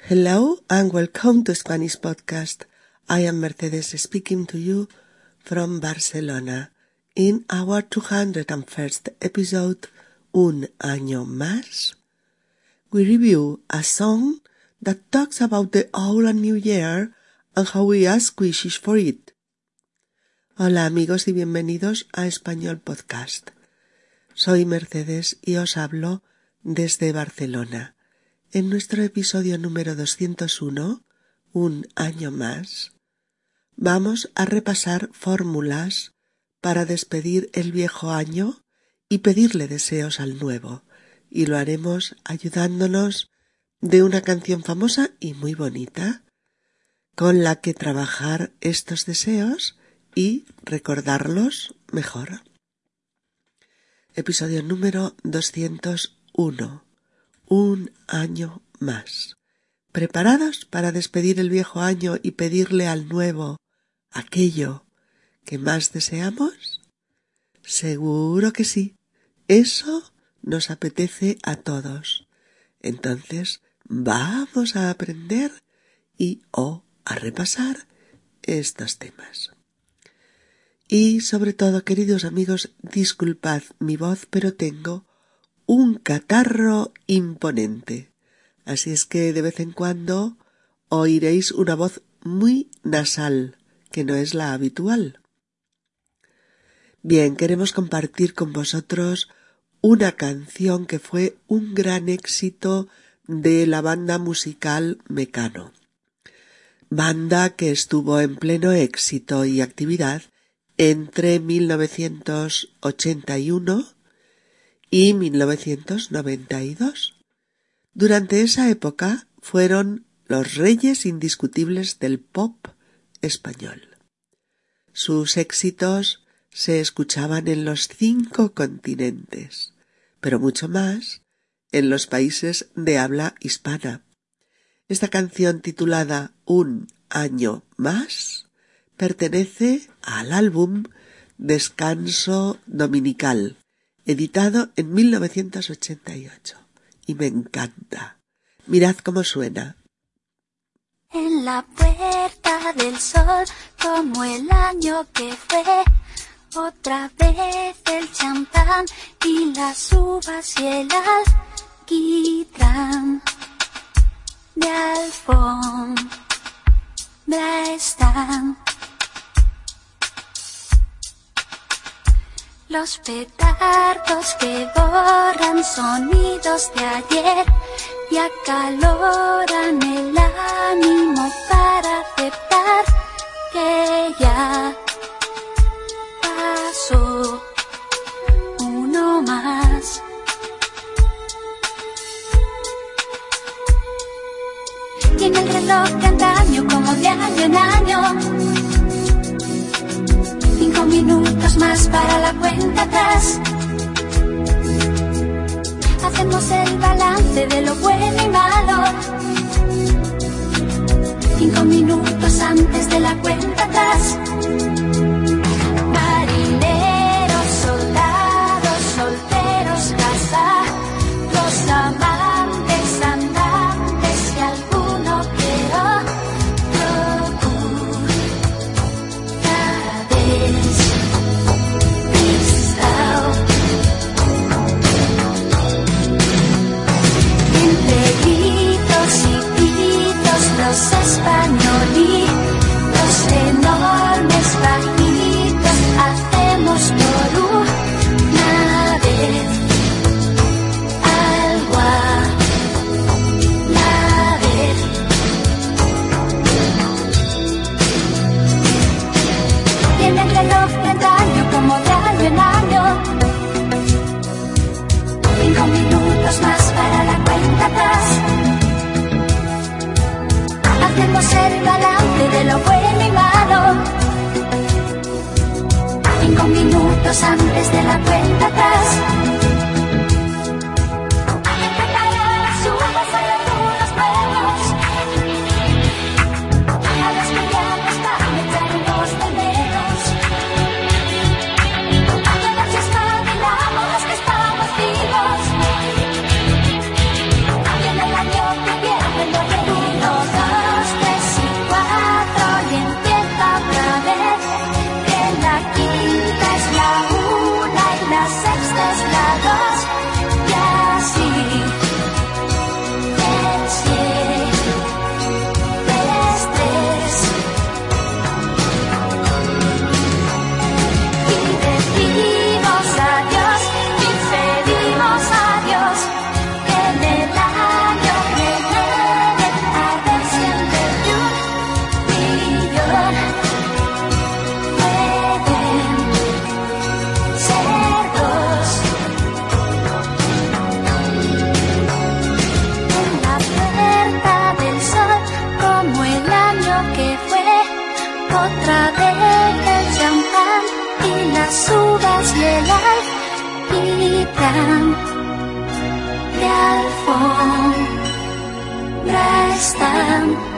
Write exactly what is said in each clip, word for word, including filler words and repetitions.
Hello and welcome to Spanish Podcast. I am Mercedes speaking to you from Barcelona in our two hundred first episode, Un Año Más. We review a song that talks about the old and new year and how we ask wishes for it. Hola amigos y bienvenidos a Español Podcast. Soy Mercedes y os hablo desde Barcelona. En nuestro episodio número doscientos uno, Un Año Más, vamos a repasar fórmulas para despedir el viejo año y pedirle deseos al nuevo, y lo haremos ayudándonos de una canción famosa y muy bonita, con la que trabajar estos deseos y recordarlos mejor. Episodio número doscientos uno. Un año más. ¿Preparados para despedir el viejo año y pedirle al nuevo aquello que más deseamos? Seguro que sí. Eso nos apetece a todos. Entonces, vamos a aprender y o a repasar estos temas. Y sobre todo, queridos amigos, disculpad mi voz, pero tengo un catarro imponente. Así es que de vez en cuando oiréis una voz muy nasal, que no es la habitual. Bien, queremos compartir con vosotros una canción que fue un gran éxito de la banda musical Mecano. Banda que estuvo en pleno éxito y actividad entre mil novecientos ochenta y uno y mil novecientos noventa y dos. Durante esa época fueron los reyes indiscutibles del pop español. Sus éxitos se escuchaban en los cinco continentes, pero mucho más en los países de habla hispana. Esta canción titulada Un Año Más pertenece al álbum Descanso Dominical, editado en mil novecientos ochenta y ocho, y me encanta. Mirad cómo suena. En la puerta del sol, como el año que fue, otra vez el champán y las uvas y el alquitrán de alfombra están. Los petardos que borran sonidos de ayer y acaloran el ánimo para aceptar que ya pasó uno más. Y en el reloj de antaño, como de año en año, cinco minutos más para la cuenta atrás. Hacemos el balance de lo bueno y malo. Cinco minutos antes de la cuenta atrás. Marineros, soldados, solteros, casados, amantes, andantes y alguno quiero los españolitos enormes, bajitos, hacemos por una vez algo a la vez. Tiene el reloj de antaño, como de año en año, cinco minutos más para la cuenta atrás. Hacemos el balance de lo bueno y malo. Cinco minutos antes de la cuenta atrás. Las uvas hay algunos premios. A los que ya no están echarnos de menos. A todos ya espabilamos los que estamos vivos. También el año que viene lo que dura. champán, de alfombra están.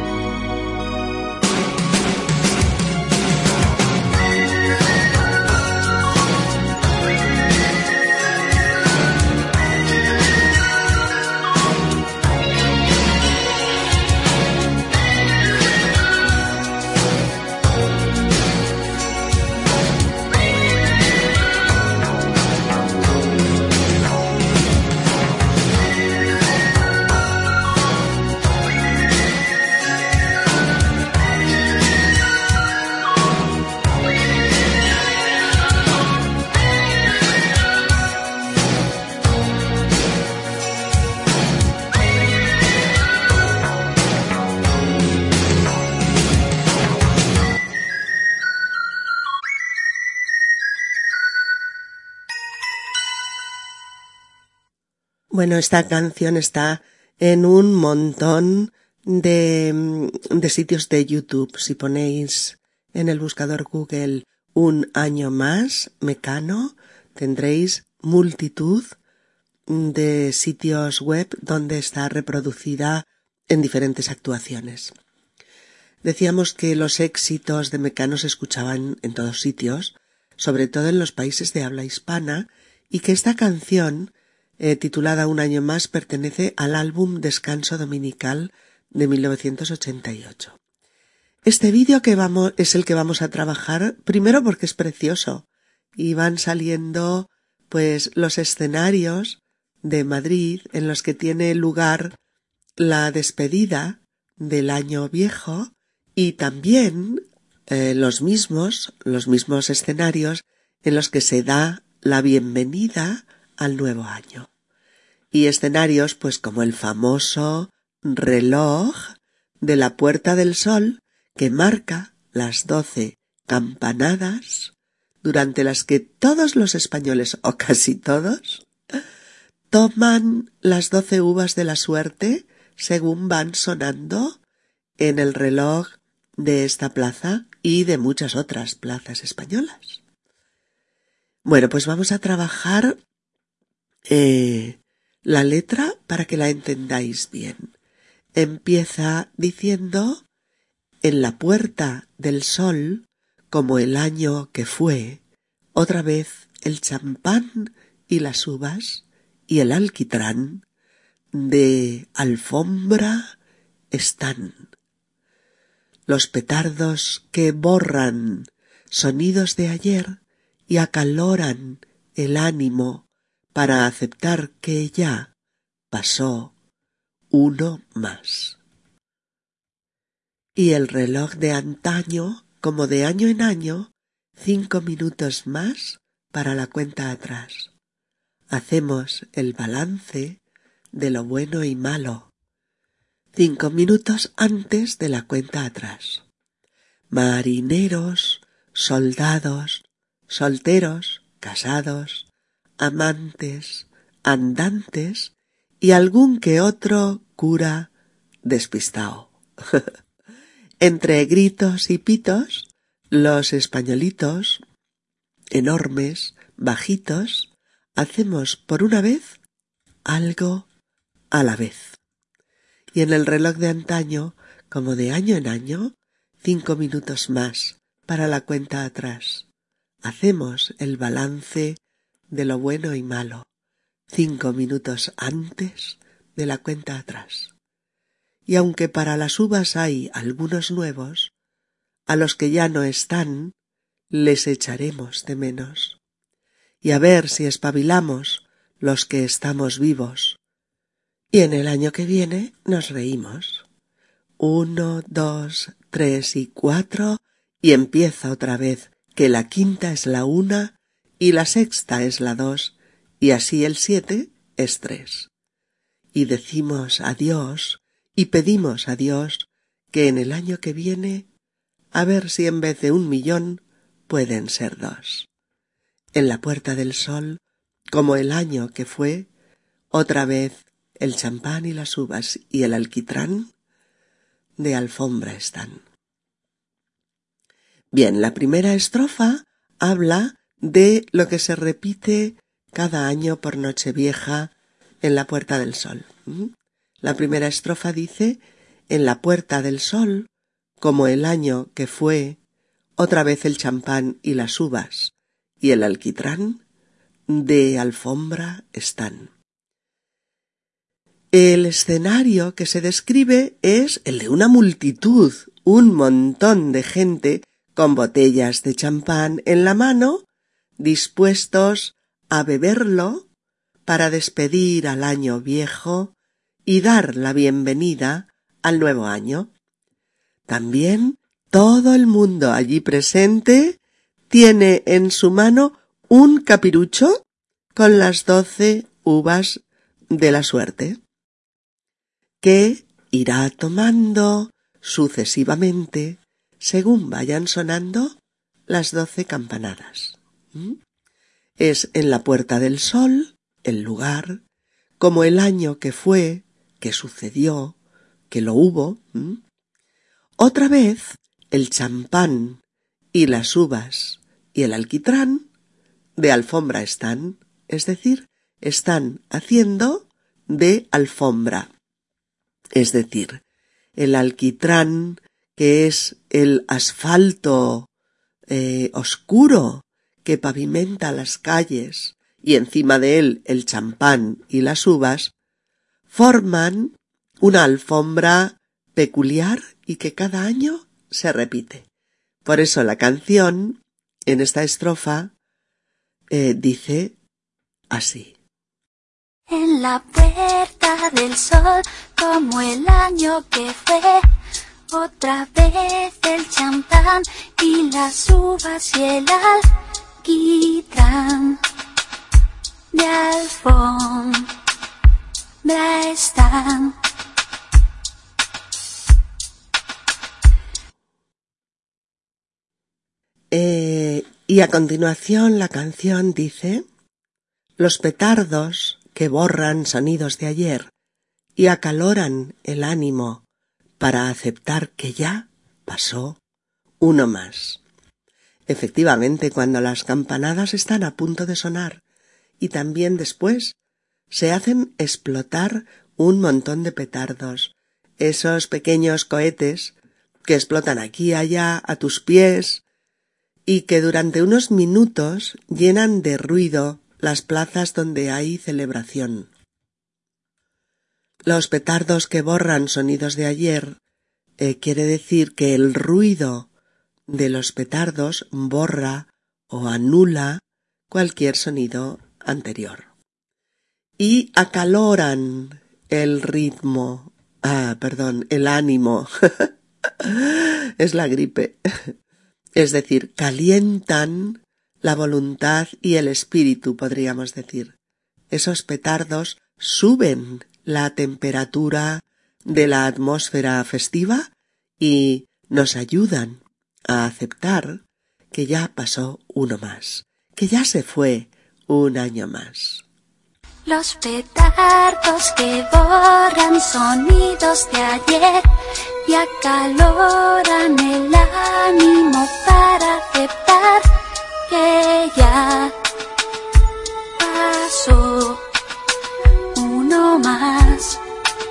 Bueno, esta canción está en un montón de, de sitios de YouTube. Si ponéis en el buscador Google Un año más, Mecano, tendréis multitud de sitios web donde está reproducida en diferentes actuaciones. Decíamos que los éxitos de Mecano se escuchaban en todos sitios, sobre todo en los países de habla hispana, y que esta canción, eh, titulada Un año más, pertenece al álbum Descanso Dominical de mil novecientos ochenta y ocho. Este vídeo que vamos, es el que vamos a trabajar, primero porque es precioso, y van saliendo pues los escenarios de Madrid en los que tiene lugar la despedida del año viejo, y también eh, los mismos, los mismos escenarios en los que se da la bienvenida al nuevo año. Y escenarios pues como el famoso reloj de la Puerta del Sol que marca las doce campanadas durante las que todos los españoles, o casi todos, toman las doce uvas de la suerte según van sonando en el reloj de esta plaza y de muchas otras plazas españolas. Bueno, pues vamos a trabajar eh, la letra para que la entendáis bien. Empieza diciendo: en la Puerta del Sol, como el año que fue, otra vez el champán y las uvas y el alquitrán de alfombra están. Los petardos que borran sonidos de ayer y acaloran el ánimo para aceptar que ya pasó uno más. Y el reloj de antaño, como de año en año, cinco minutos más para la cuenta atrás. Hacemos el balance de lo bueno y malo, cinco minutos antes de la cuenta atrás. Marineros, soldados, solteros, casados, amantes, andantes y algún que otro cura despistao. Entre gritos y pitos, los españolitos, enormes, bajitos, hacemos por una vez algo a la vez. Y en el reloj de antaño, como de año en año, cinco minutos más para la cuenta atrás. Hacemos el balance de lo bueno y malo, cinco minutos antes de la cuenta atrás. Y aunque para las uvas hay algunos nuevos, a los que ya no están, les echaremos de menos. Y a ver si espabilamos los que estamos vivos. Y en el año que viene nos reímos. Uno, dos, tres y cuatro, y empieza otra vez, que la quinta es la una, y la sexta es la dos, y así el siete es tres. Y decimos adiós, y pedimos a Dios que en el año que viene, a ver si en vez de un millón pueden ser dos. En la Puerta del Sol, como el año que fue, otra vez el champán y las uvas y el alquitrán de alfombra están. Bien, la primera estrofa habla de lo que se repite cada año por Nochevieja en la Puerta del Sol. La primera estrofa dice: en la Puerta del Sol, como el año que fue, otra vez el champán y las uvas y el alquitrán de alfombra están. El escenario que se describe es el de una multitud, un montón de gente con botellas de champán en la mano, dispuestos a beberlo para despedir al año viejo y dar la bienvenida al nuevo año. También todo el mundo allí presente tiene en su mano un capirucho con las doce uvas de la suerte, que irá tomando sucesivamente según vayan sonando las doce campanadas. ¿Mm? Es en la Puerta del Sol, el lugar, como el año que fue, que sucedió, que lo hubo. ¿Mm? Otra vez el champán y las uvas y el alquitrán de alfombra están, es decir, están haciendo de alfombra. Es decir, el alquitrán, que es el asfalto eh, oscuro que pavimenta las calles, y encima de él el champán y las uvas, forman una alfombra peculiar y que cada año se repite. Por eso la canción, en esta estrofa, eh, dice así: en la Puerta del Sol, como el año que fue, otra vez el champán y las uvas y el alquitrán de alfombra están. Eh, y a continuación la canción dice: los petardos que borran sonidos de ayer y acaloran el ánimo para aceptar que ya pasó uno más. Efectivamente, cuando las campanadas están a punto de sonar y también después se hacen explotar un montón de petardos, esos pequeños cohetes que explotan aquí y allá a tus pies y que durante unos minutos llenan de ruido las plazas donde hay celebración. Los petardos que borran sonidos de ayer eh, quiere decir que el ruido de los petardos borra o anula cualquier sonido anterior. Y acaloran el ritmo, ah, perdón, el ánimo, es la gripe, es decir, calientan la voluntad y el espíritu, podríamos decir. Esos petardos suben la temperatura de la atmósfera festiva y nos ayudan a aceptar que ya pasó uno más, que ya se fue un año más. Los petardos que borran sonidos de ayer y acaloran el ánimo para aceptar que ya pasó uno más.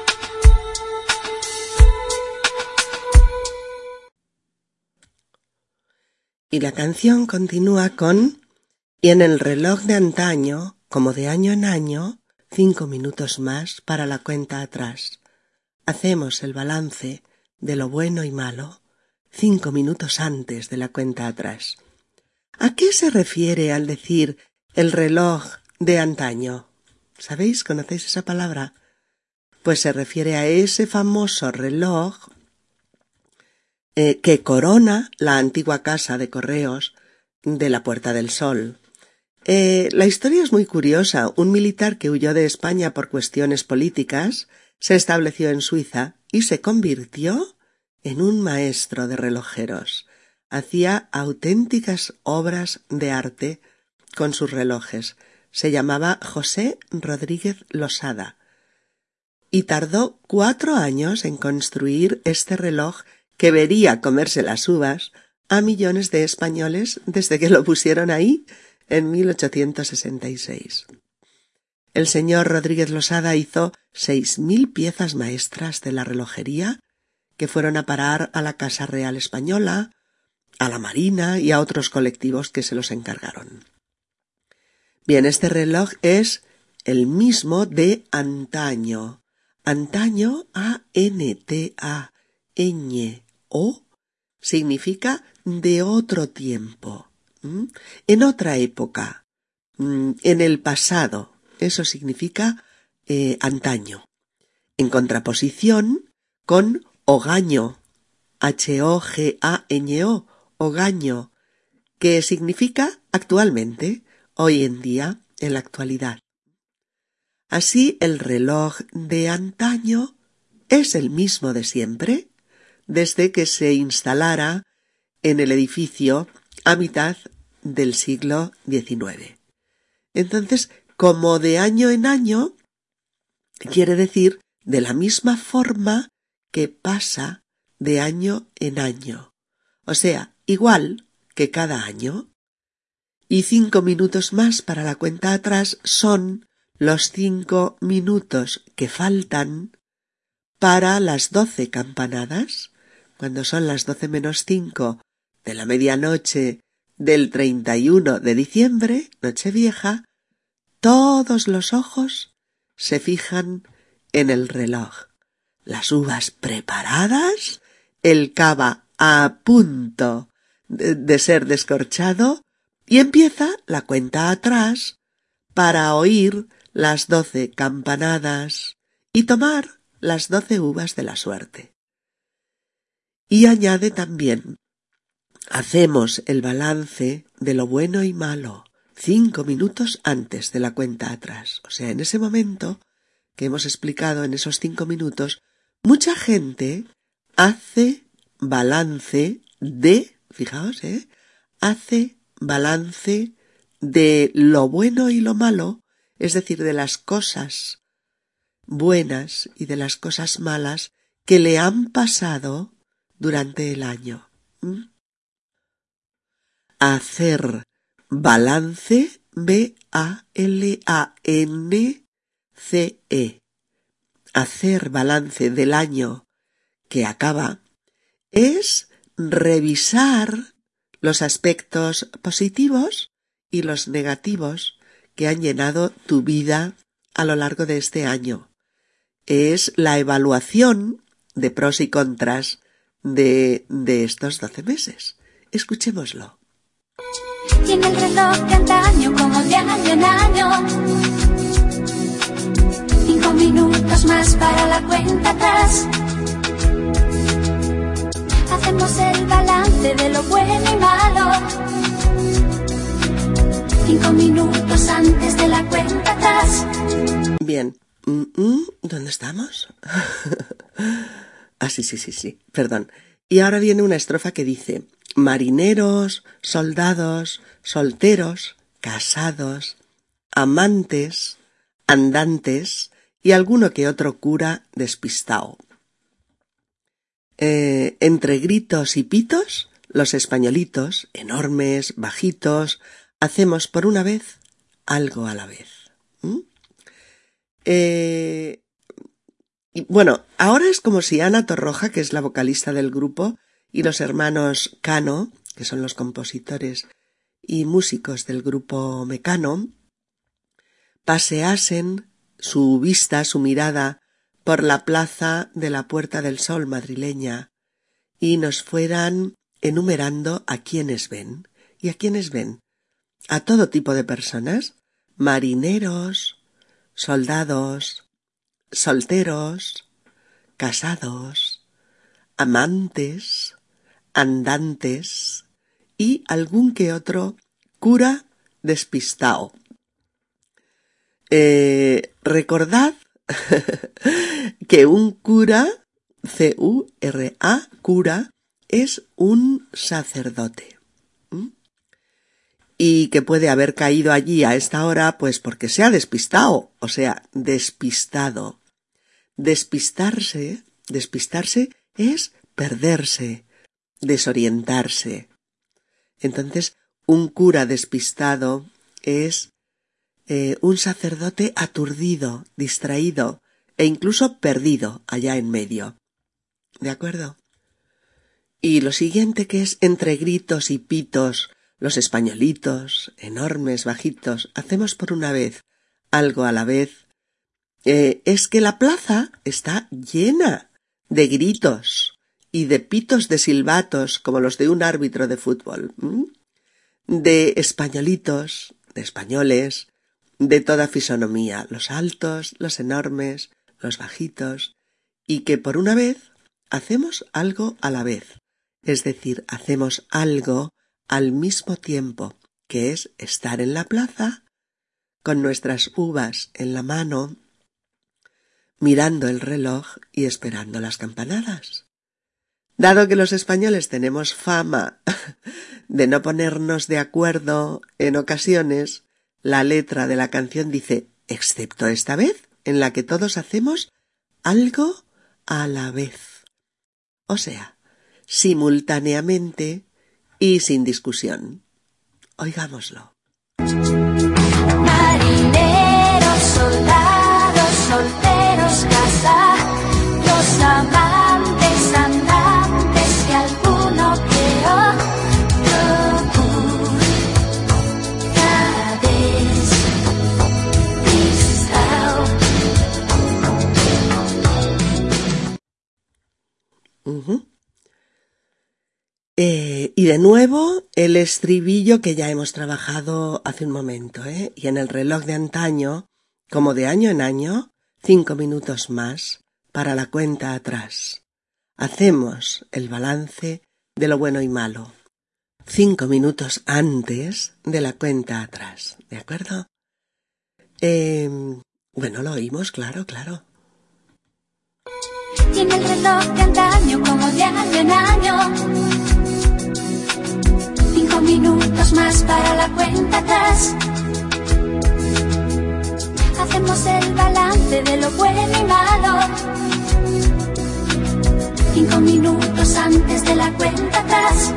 Y la canción continúa con: y en el reloj de antaño, como de año en año, cinco minutos más para la cuenta atrás. Hacemos el balance de lo bueno y malo cinco minutos antes de la cuenta atrás. ¿A qué se refiere al decir el reloj de antaño? ¿Sabéis? ¿Conocéis esa palabra? Pues se refiere a ese famoso reloj eh, que corona la antigua casa de correos de la Puerta del Sol. Eh, la historia es muy curiosa. Un militar que huyó de España por cuestiones políticas se estableció en Suiza y se convirtió en un maestro de relojeros. Hacía auténticas obras de arte con sus relojes. Se llamaba José Rodríguez Losada y tardó cuatro años en construir este reloj que vería comerse las uvas a millones de españoles desde que lo pusieron ahí en mil ochocientos sesenta y seis. El señor Rodríguez Losada hizo seis mil piezas maestras de la relojería que fueron a parar a la Casa Real Española, a la Marina y a otros colectivos que se los encargaron. Bien, este reloj es el mismo de antaño. Antaño, A N T A Ñ O, significa de otro tiempo, ¿Mm? en otra época, ¿Mm? en el pasado. Eso significa eh, antaño. En contraposición con hogaño, H O G A Ñ O, hogaño, que significa actualmente, hoy en día, en la actualidad. Así, el reloj de antaño es el mismo de siempre, desde que se instalara en el edificio a mitad del siglo diecinueve. Entonces, como de año en año, quiere decir de la misma forma que pasa de año en año. O sea, igual que cada año. Y cinco minutos más para la cuenta atrás son los cinco minutos que faltan para las doce campanadas, cuando son las doce menos cinco de la medianoche del treinta y uno de diciembre, Nochevieja, todos los ojos se fijan en el reloj. Las uvas preparadas, el cava a punto de, de ser descorchado, y empieza la cuenta atrás para oír las doce campanadas y tomar las doce uvas de la suerte. Y añade también, hacemos el balance de lo bueno y malo cinco minutos antes de la cuenta atrás. O sea, en ese momento que hemos explicado, en esos cinco minutos, mucha gente hace balance de, fijaos, ¿eh? hace balance de lo bueno y lo malo, es decir, de las cosas buenas y de las cosas malas que le han pasado durante el año. ¿Mm? Hacer balance, B A L A N C E. Hacer balance del año que acaba es revisar los aspectos positivos y los negativos que han llenado tu vida a lo largo de este año. Es la evaluación de pros y contras de, de estos doce meses. Escuchémoslo. Tiene el reloj de antaño como de año en año. Cinco minutos más para la cuenta atrás. Hacemos el balance de lo bueno y malo. Cinco minutos antes de la cuenta atrás. Bien. ¿Dónde estamos? ah, sí, sí, sí, sí. Perdón. Y ahora viene una estrofa que dice: marineros, soldados, solteros, casados, amantes, andantes y alguno que otro cura despistao. Eh, entre gritos y pitos, los españolitos, enormes, bajitos, hacemos por una vez algo a la vez. ¿Mm? Eh, y bueno, ahora es como si Ana Torroja, que es la vocalista del grupo, y los hermanos Cano, que son los compositores y músicos del grupo Mecano, paseasen su vista, su mirada, por la plaza de la Puerta del Sol madrileña y nos fueran enumerando a quienes ven. ¿Y a quienes ven? A todo tipo de personas, marineros, soldados, solteros, casados, amantes, andantes y algún que otro cura despistao. Eh, recordad que un cura, C U R A, cura, es un sacerdote. ¿Mm? Y que puede haber caído allí a esta hora pues porque se ha despistado, o sea, despistado. Despistarse, despistarse es perderse, desorientarse. Entonces, un cura despistado es eh, un sacerdote aturdido, distraído e incluso perdido allá en medio. ¿De acuerdo? Y lo siguiente, que es entre gritos y pitos, los españolitos, enormes, bajitos, hacemos por una vez algo a la vez, eh, es que la plaza está llena de gritos y de pitos de silbatos como los de un árbitro de fútbol, ¿m? de españolitos, de españoles, de toda fisonomía, los altos, los enormes, los bajitos, y que por una vez hacemos algo a la vez, es decir, hacemos algo al mismo tiempo, que es estar en la plaza con nuestras uvas en la mano, mirando el reloj y esperando las campanadas. Dado que los españoles tenemos fama de no ponernos de acuerdo en ocasiones, la letra de la canción dice, excepto esta vez, en la que todos hacemos algo a la vez. O sea, simultáneamente y sin discusión. Oigámoslo. Marineros, soldados, solteros, casados, amantes, andantes y alguno que otro despistado. Uh-huh. Eh, y de nuevo el estribillo que ya hemos trabajado hace un momento, ¿eh? Y en el reloj de antaño, como de año en año, cinco minutos más para la cuenta atrás. Hacemos el balance de lo bueno y malo, cinco minutos antes de la cuenta atrás, ¿de acuerdo? Eh, bueno, lo oímos, claro, claro. Y en el reloj de antaño, como de año en año, cinco minutos más para la cuenta atrás. Hacemos el balance de lo bueno y malo, cinco minutos antes de la cuenta atrás.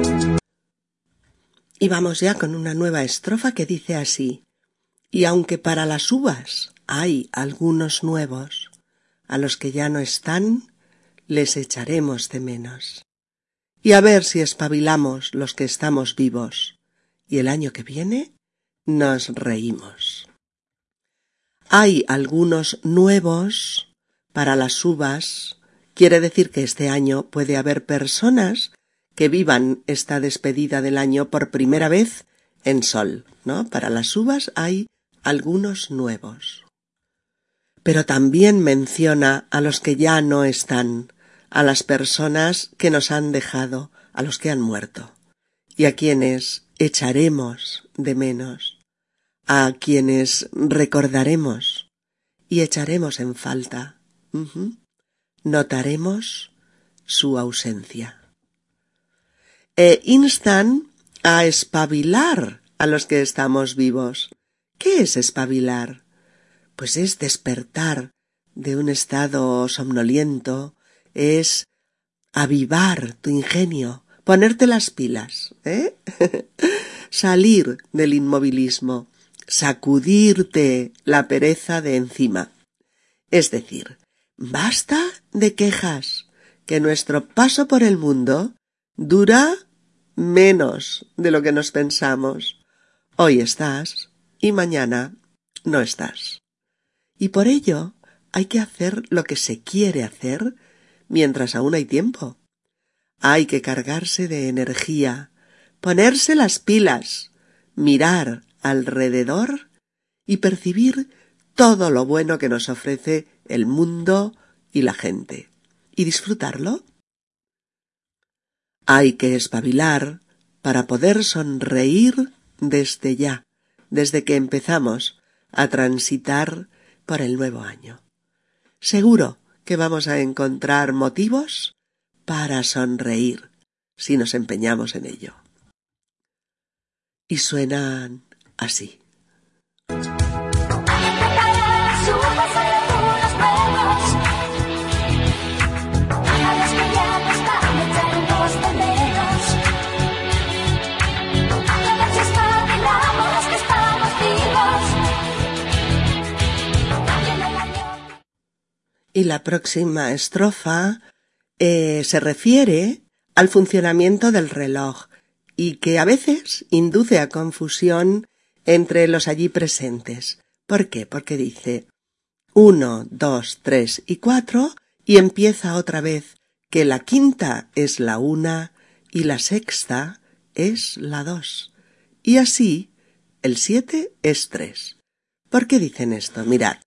Y vamos ya con una nueva estrofa que dice así. Y aunque para las uvas hay algunos nuevos, a los que ya no están, les echaremos de menos. Y a ver si espabilamos los que estamos vivos, y el año que viene nos reímos. Hay algunos nuevos para las uvas, quiere decir que este año puede haber personas que vivan esta despedida del año por primera vez en sol, ¿no? Para las uvas hay algunos nuevos. Pero también menciona a los que ya no están, a las personas que nos han dejado, a los que han muerto, y a quienes echaremos de menos, a quienes recordaremos y echaremos en falta. Uh-huh. Notaremos su ausencia. E instan a espabilar a los que estamos vivos. ¿Qué es espabilar? Pues es despertar de un estado somnoliento, es avivar tu ingenio, ponerte las pilas, ¿eh? Salir del inmovilismo, sacudirte la pereza de encima. Es decir, basta de quejas, que nuestro paso por el mundo dura menos de lo que nos pensamos. Hoy estás y mañana no estás. Y por ello hay que hacer lo que se quiere hacer mientras aún hay tiempo. Hay que cargarse de energía, ponerse las pilas, mirar alrededor y percibir todo lo bueno que nos ofrece el mundo y la gente, y disfrutarlo. Hay que espabilar para poder sonreír desde ya, desde que empezamos a transitar por el nuevo año. Seguro que vamos a encontrar motivos para sonreír si nos empeñamos en ello. Y suenan así. Estamos la próxima estrofa eh, se refiere al funcionamiento del reloj y que a veces induce a confusión entre los allí presentes. ¿Por qué? Porque dice uno, dos, tres y cuatro y empieza otra vez que la quinta es la una y la sexta es la dos. Y así el siete es tres. ¿Por qué dicen esto? Mirad.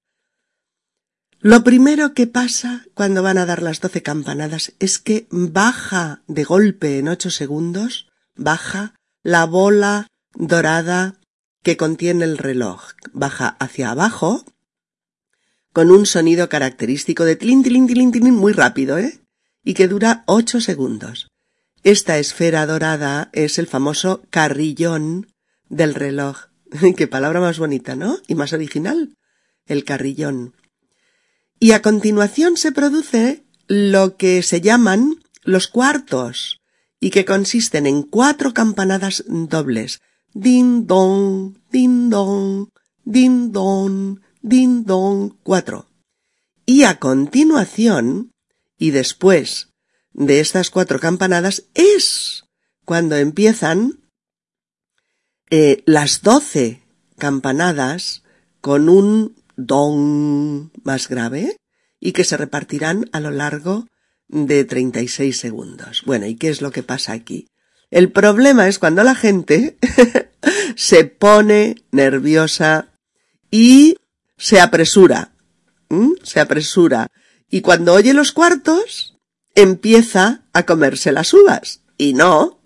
Lo primero que pasa cuando van a dar las doce campanadas es que baja de golpe en ocho segundos, baja la bola dorada que contiene el reloj. Baja hacia abajo con un sonido característico de tilín, tilín, tilín, tilín, muy rápido, ¿eh? Y que dura ocho segundos. Esta esfera dorada es el famoso carrillón del reloj. Qué palabra más bonita, ¿no? Y más original. El carrillón. Y a continuación se produce lo que se llaman los cuartos y que consisten en cuatro campanadas dobles. Din don, din don, din don, din don, cuatro. Y a continuación, y después de estas cuatro campanadas, es cuando empiezan eh, las doce campanadas con un don más grave y que se repartirán a lo largo de treinta y seis segundos. Bueno, ¿y qué es lo que pasa aquí? El problema es cuando la gente se pone nerviosa y se apresura, ¿Mm? se apresura y cuando oye los cuartos empieza a comerse las uvas y no,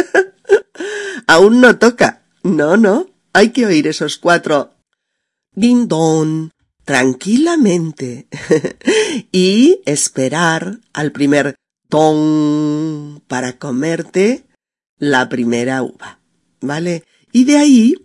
aún no toca, no, no, hay que oír esos cuatro din don tranquilamente y esperar al primer don para comerte la primera uva, ¿vale? Y de ahí,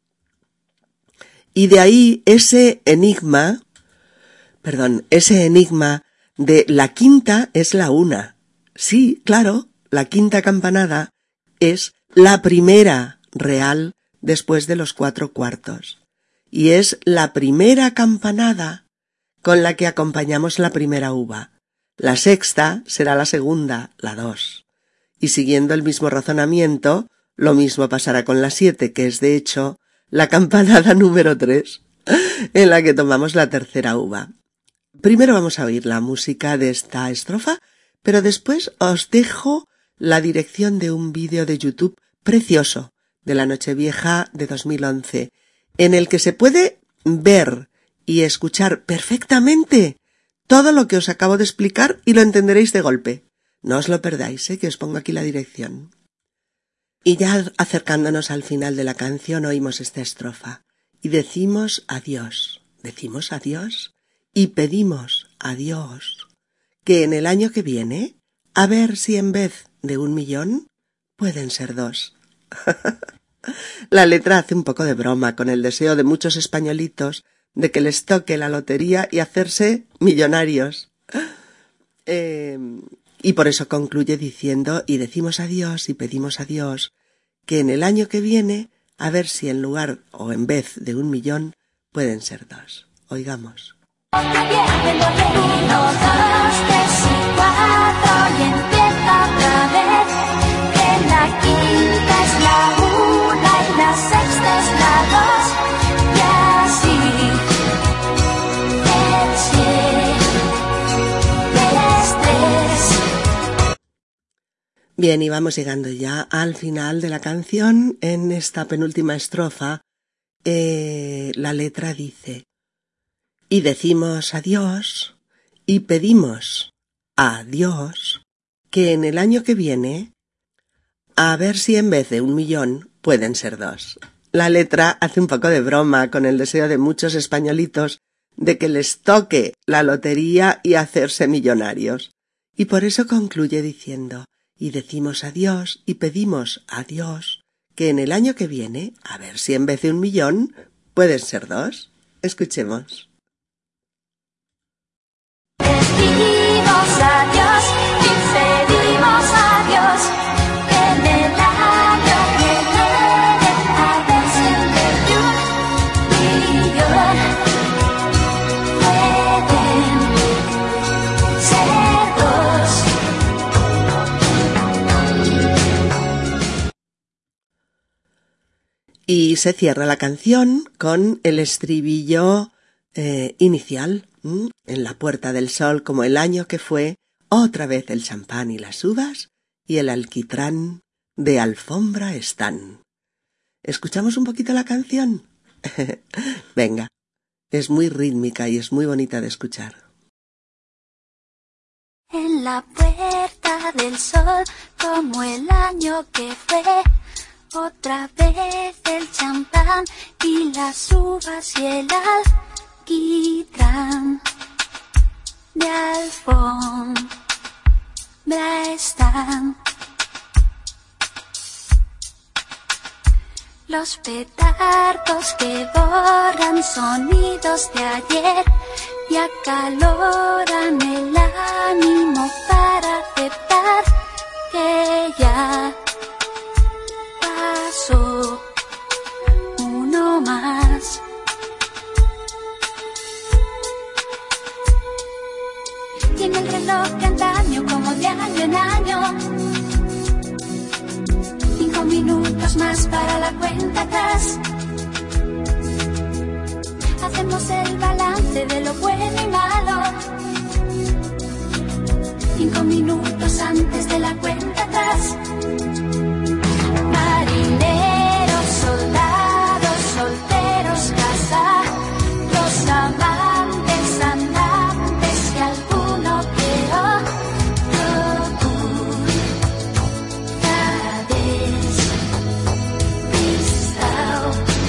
y de ahí ese enigma, perdón, ese enigma de la quinta es la una. Sí, claro, la quinta campanada es la primera real después de los cuatro cuartos. Y es la primera campanada con la que acompañamos la primera uva. La sexta será la segunda, la dos. Y siguiendo el mismo razonamiento, lo mismo pasará con la siete, que es de hecho la campanada número tres, en la que tomamos la tercera uva. Primero vamos a oír la música de esta estrofa, pero después os dejo la dirección de un vídeo de YouTube precioso de la Nochevieja de dos mil once, en el que se puede ver y escuchar perfectamente todo lo que os acabo de explicar y lo entenderéis de golpe. No os lo perdáis, ¿eh? Que os pongo aquí la dirección. Y ya acercándonos al final de la canción oímos esta estrofa y decimos adiós, decimos adiós y pedimos a Dios que en el año que viene, a ver si en vez de un millón pueden ser dos. La letra hace un poco de broma con el deseo de muchos españolitos de que les toque la lotería y hacerse millonarios. Eh, y por eso concluye diciendo, y decimos adiós y pedimos a Dios que en el año que viene, a ver si en lugar o en vez de un millón, pueden ser dos. Oigamos. Uno, dos, tres y cuatro y empieza otra vez. Que la quinta es la una y la sexta es la dos. Y así el siete es tres. Bien, y vamos llegando ya al final de la canción. En esta penúltima estrofa, eh, la letra dice: y decimos adiós y pedimos a Dios que en el año que viene, a ver si en vez de un millón pueden ser dos. La letra hace un poco de broma con el deseo de muchos españolitos de que les toque la lotería y hacerse millonarios. Y por eso concluye diciendo: y decimos adiós y pedimos a Dios que en el año que viene, a ver si en vez de un millón pueden ser dos. Escuchemos. Pedimos a Dios y pedimos a Dios que en el año que viene a ver si en vez de un millón pueden Y se cierra la canción con el estribillo eh, inicial. ¿m? En la puerta del sol como el año que fue, otra vez el champán y las uvas y el alquitrán de alfombra están. ¿Escuchamos un poquito la canción? Venga, es muy rítmica y es muy bonita de escuchar. En la puerta del sol, como el año que fue, otra vez el champán y las uvas y el alquitrán de alfombra están. Los petardos que borran sonidos de ayer y acaloran el ánimo para aceptar que ya pasó uno más. Y en el reloj de antaño, como de año en año, cinco minutos más para la cuenta atrás. Hacemos el balance de lo bueno y malo. Cinco minutos antes de la cuenta atrás. Marineros, soldados, solteros, casados, amantes, andantes y alguno que otro despistado.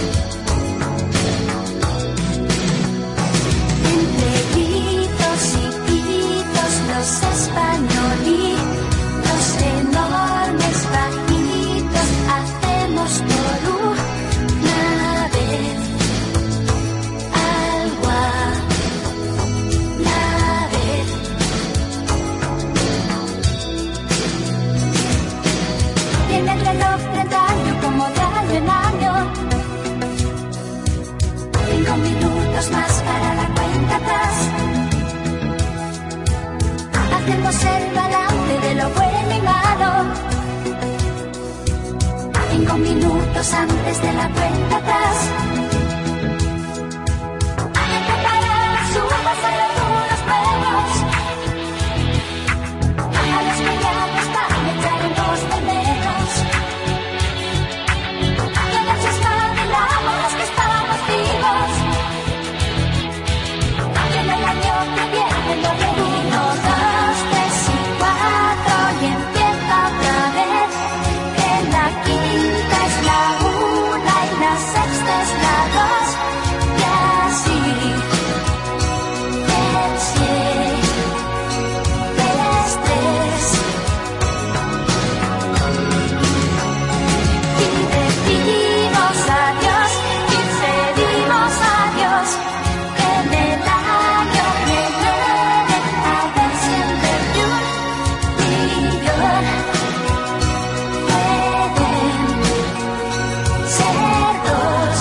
Entre gritos y pitos, los españolitos enormes, bajitos, hacemos por una vez algo a la vez. Y en el reloj de año, como de año en año, cinco minutos más para la cuenta atrás. Hacemos el balance de lo bueno y malo. Cinco minutos antes de la cuenta atrás. Preparar las uvas a algunos premios, a los que ya no están echaremos de menos. Todos espabilamos los que estábamos vivos. Y en el año que viene lo reunimos. Dos, tres y cuatro y empieza otra vez. Que la quinta es la una y la sexta es la dos. Y así el siete es tres. Y decimos adiós y pedimos adiós. En el año que viene a ver siempre y un millón pueden ser dos.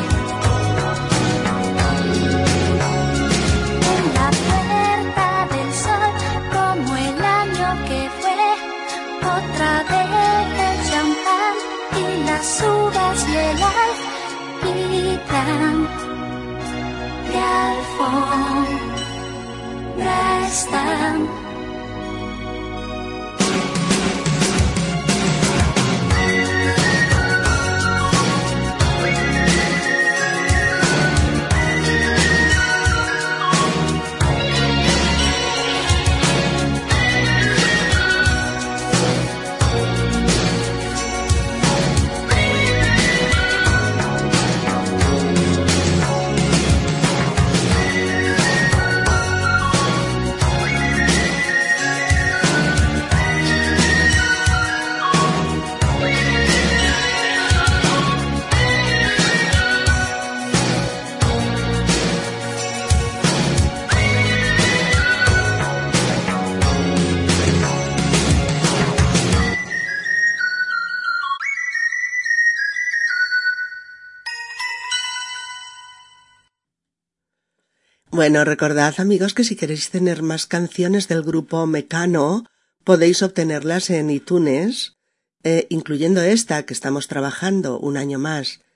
En la puerta del sol, como el año que fue, otra vez el champán y las uvas y el alquitrán de alfombra están. Bueno, recordad, amigos, que si queréis tener más canciones del grupo Mecano, podéis obtenerlas en iTunes, eh, incluyendo esta que estamos trabajando un año más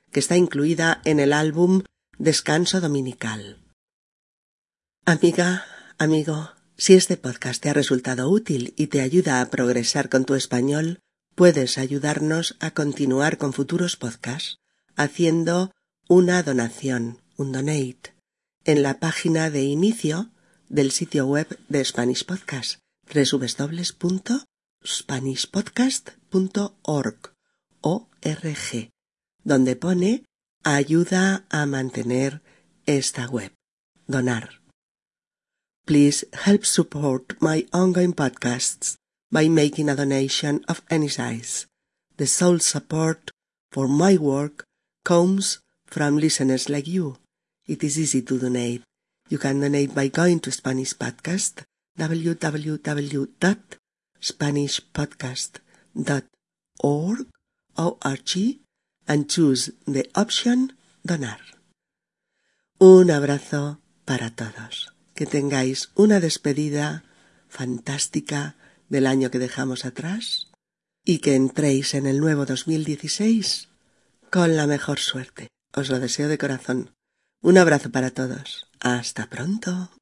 que está incluida en el álbum Descanso Dominical. Amiga, amigo, si este podcast te ha resultado útil y te ayuda a progresar con tu español, puedes ayudarnos a continuar con futuros podcasts haciendo una donación, un donate, en la página de inicio del sitio web de Spanish Podcast, doble u doble u doble u punto spanish podcast punto org, O R G, donde pone ayuda a mantener esta web, donar. Please help support my ongoing podcasts by making a donation of any size. The sole support for my work comes from listeners like you. It is easy to donate. You can donate by going to Spanish Podcast, w w w dot spanish podcast dot org, O R G, and choose the option Donar. Un abrazo para todos. Que tengáis una despedida fantástica del año que dejamos atrás y que entréis en el nuevo dos mil dieciséis con la mejor suerte. Os lo deseo de corazón. Un abrazo para todos. Hasta pronto.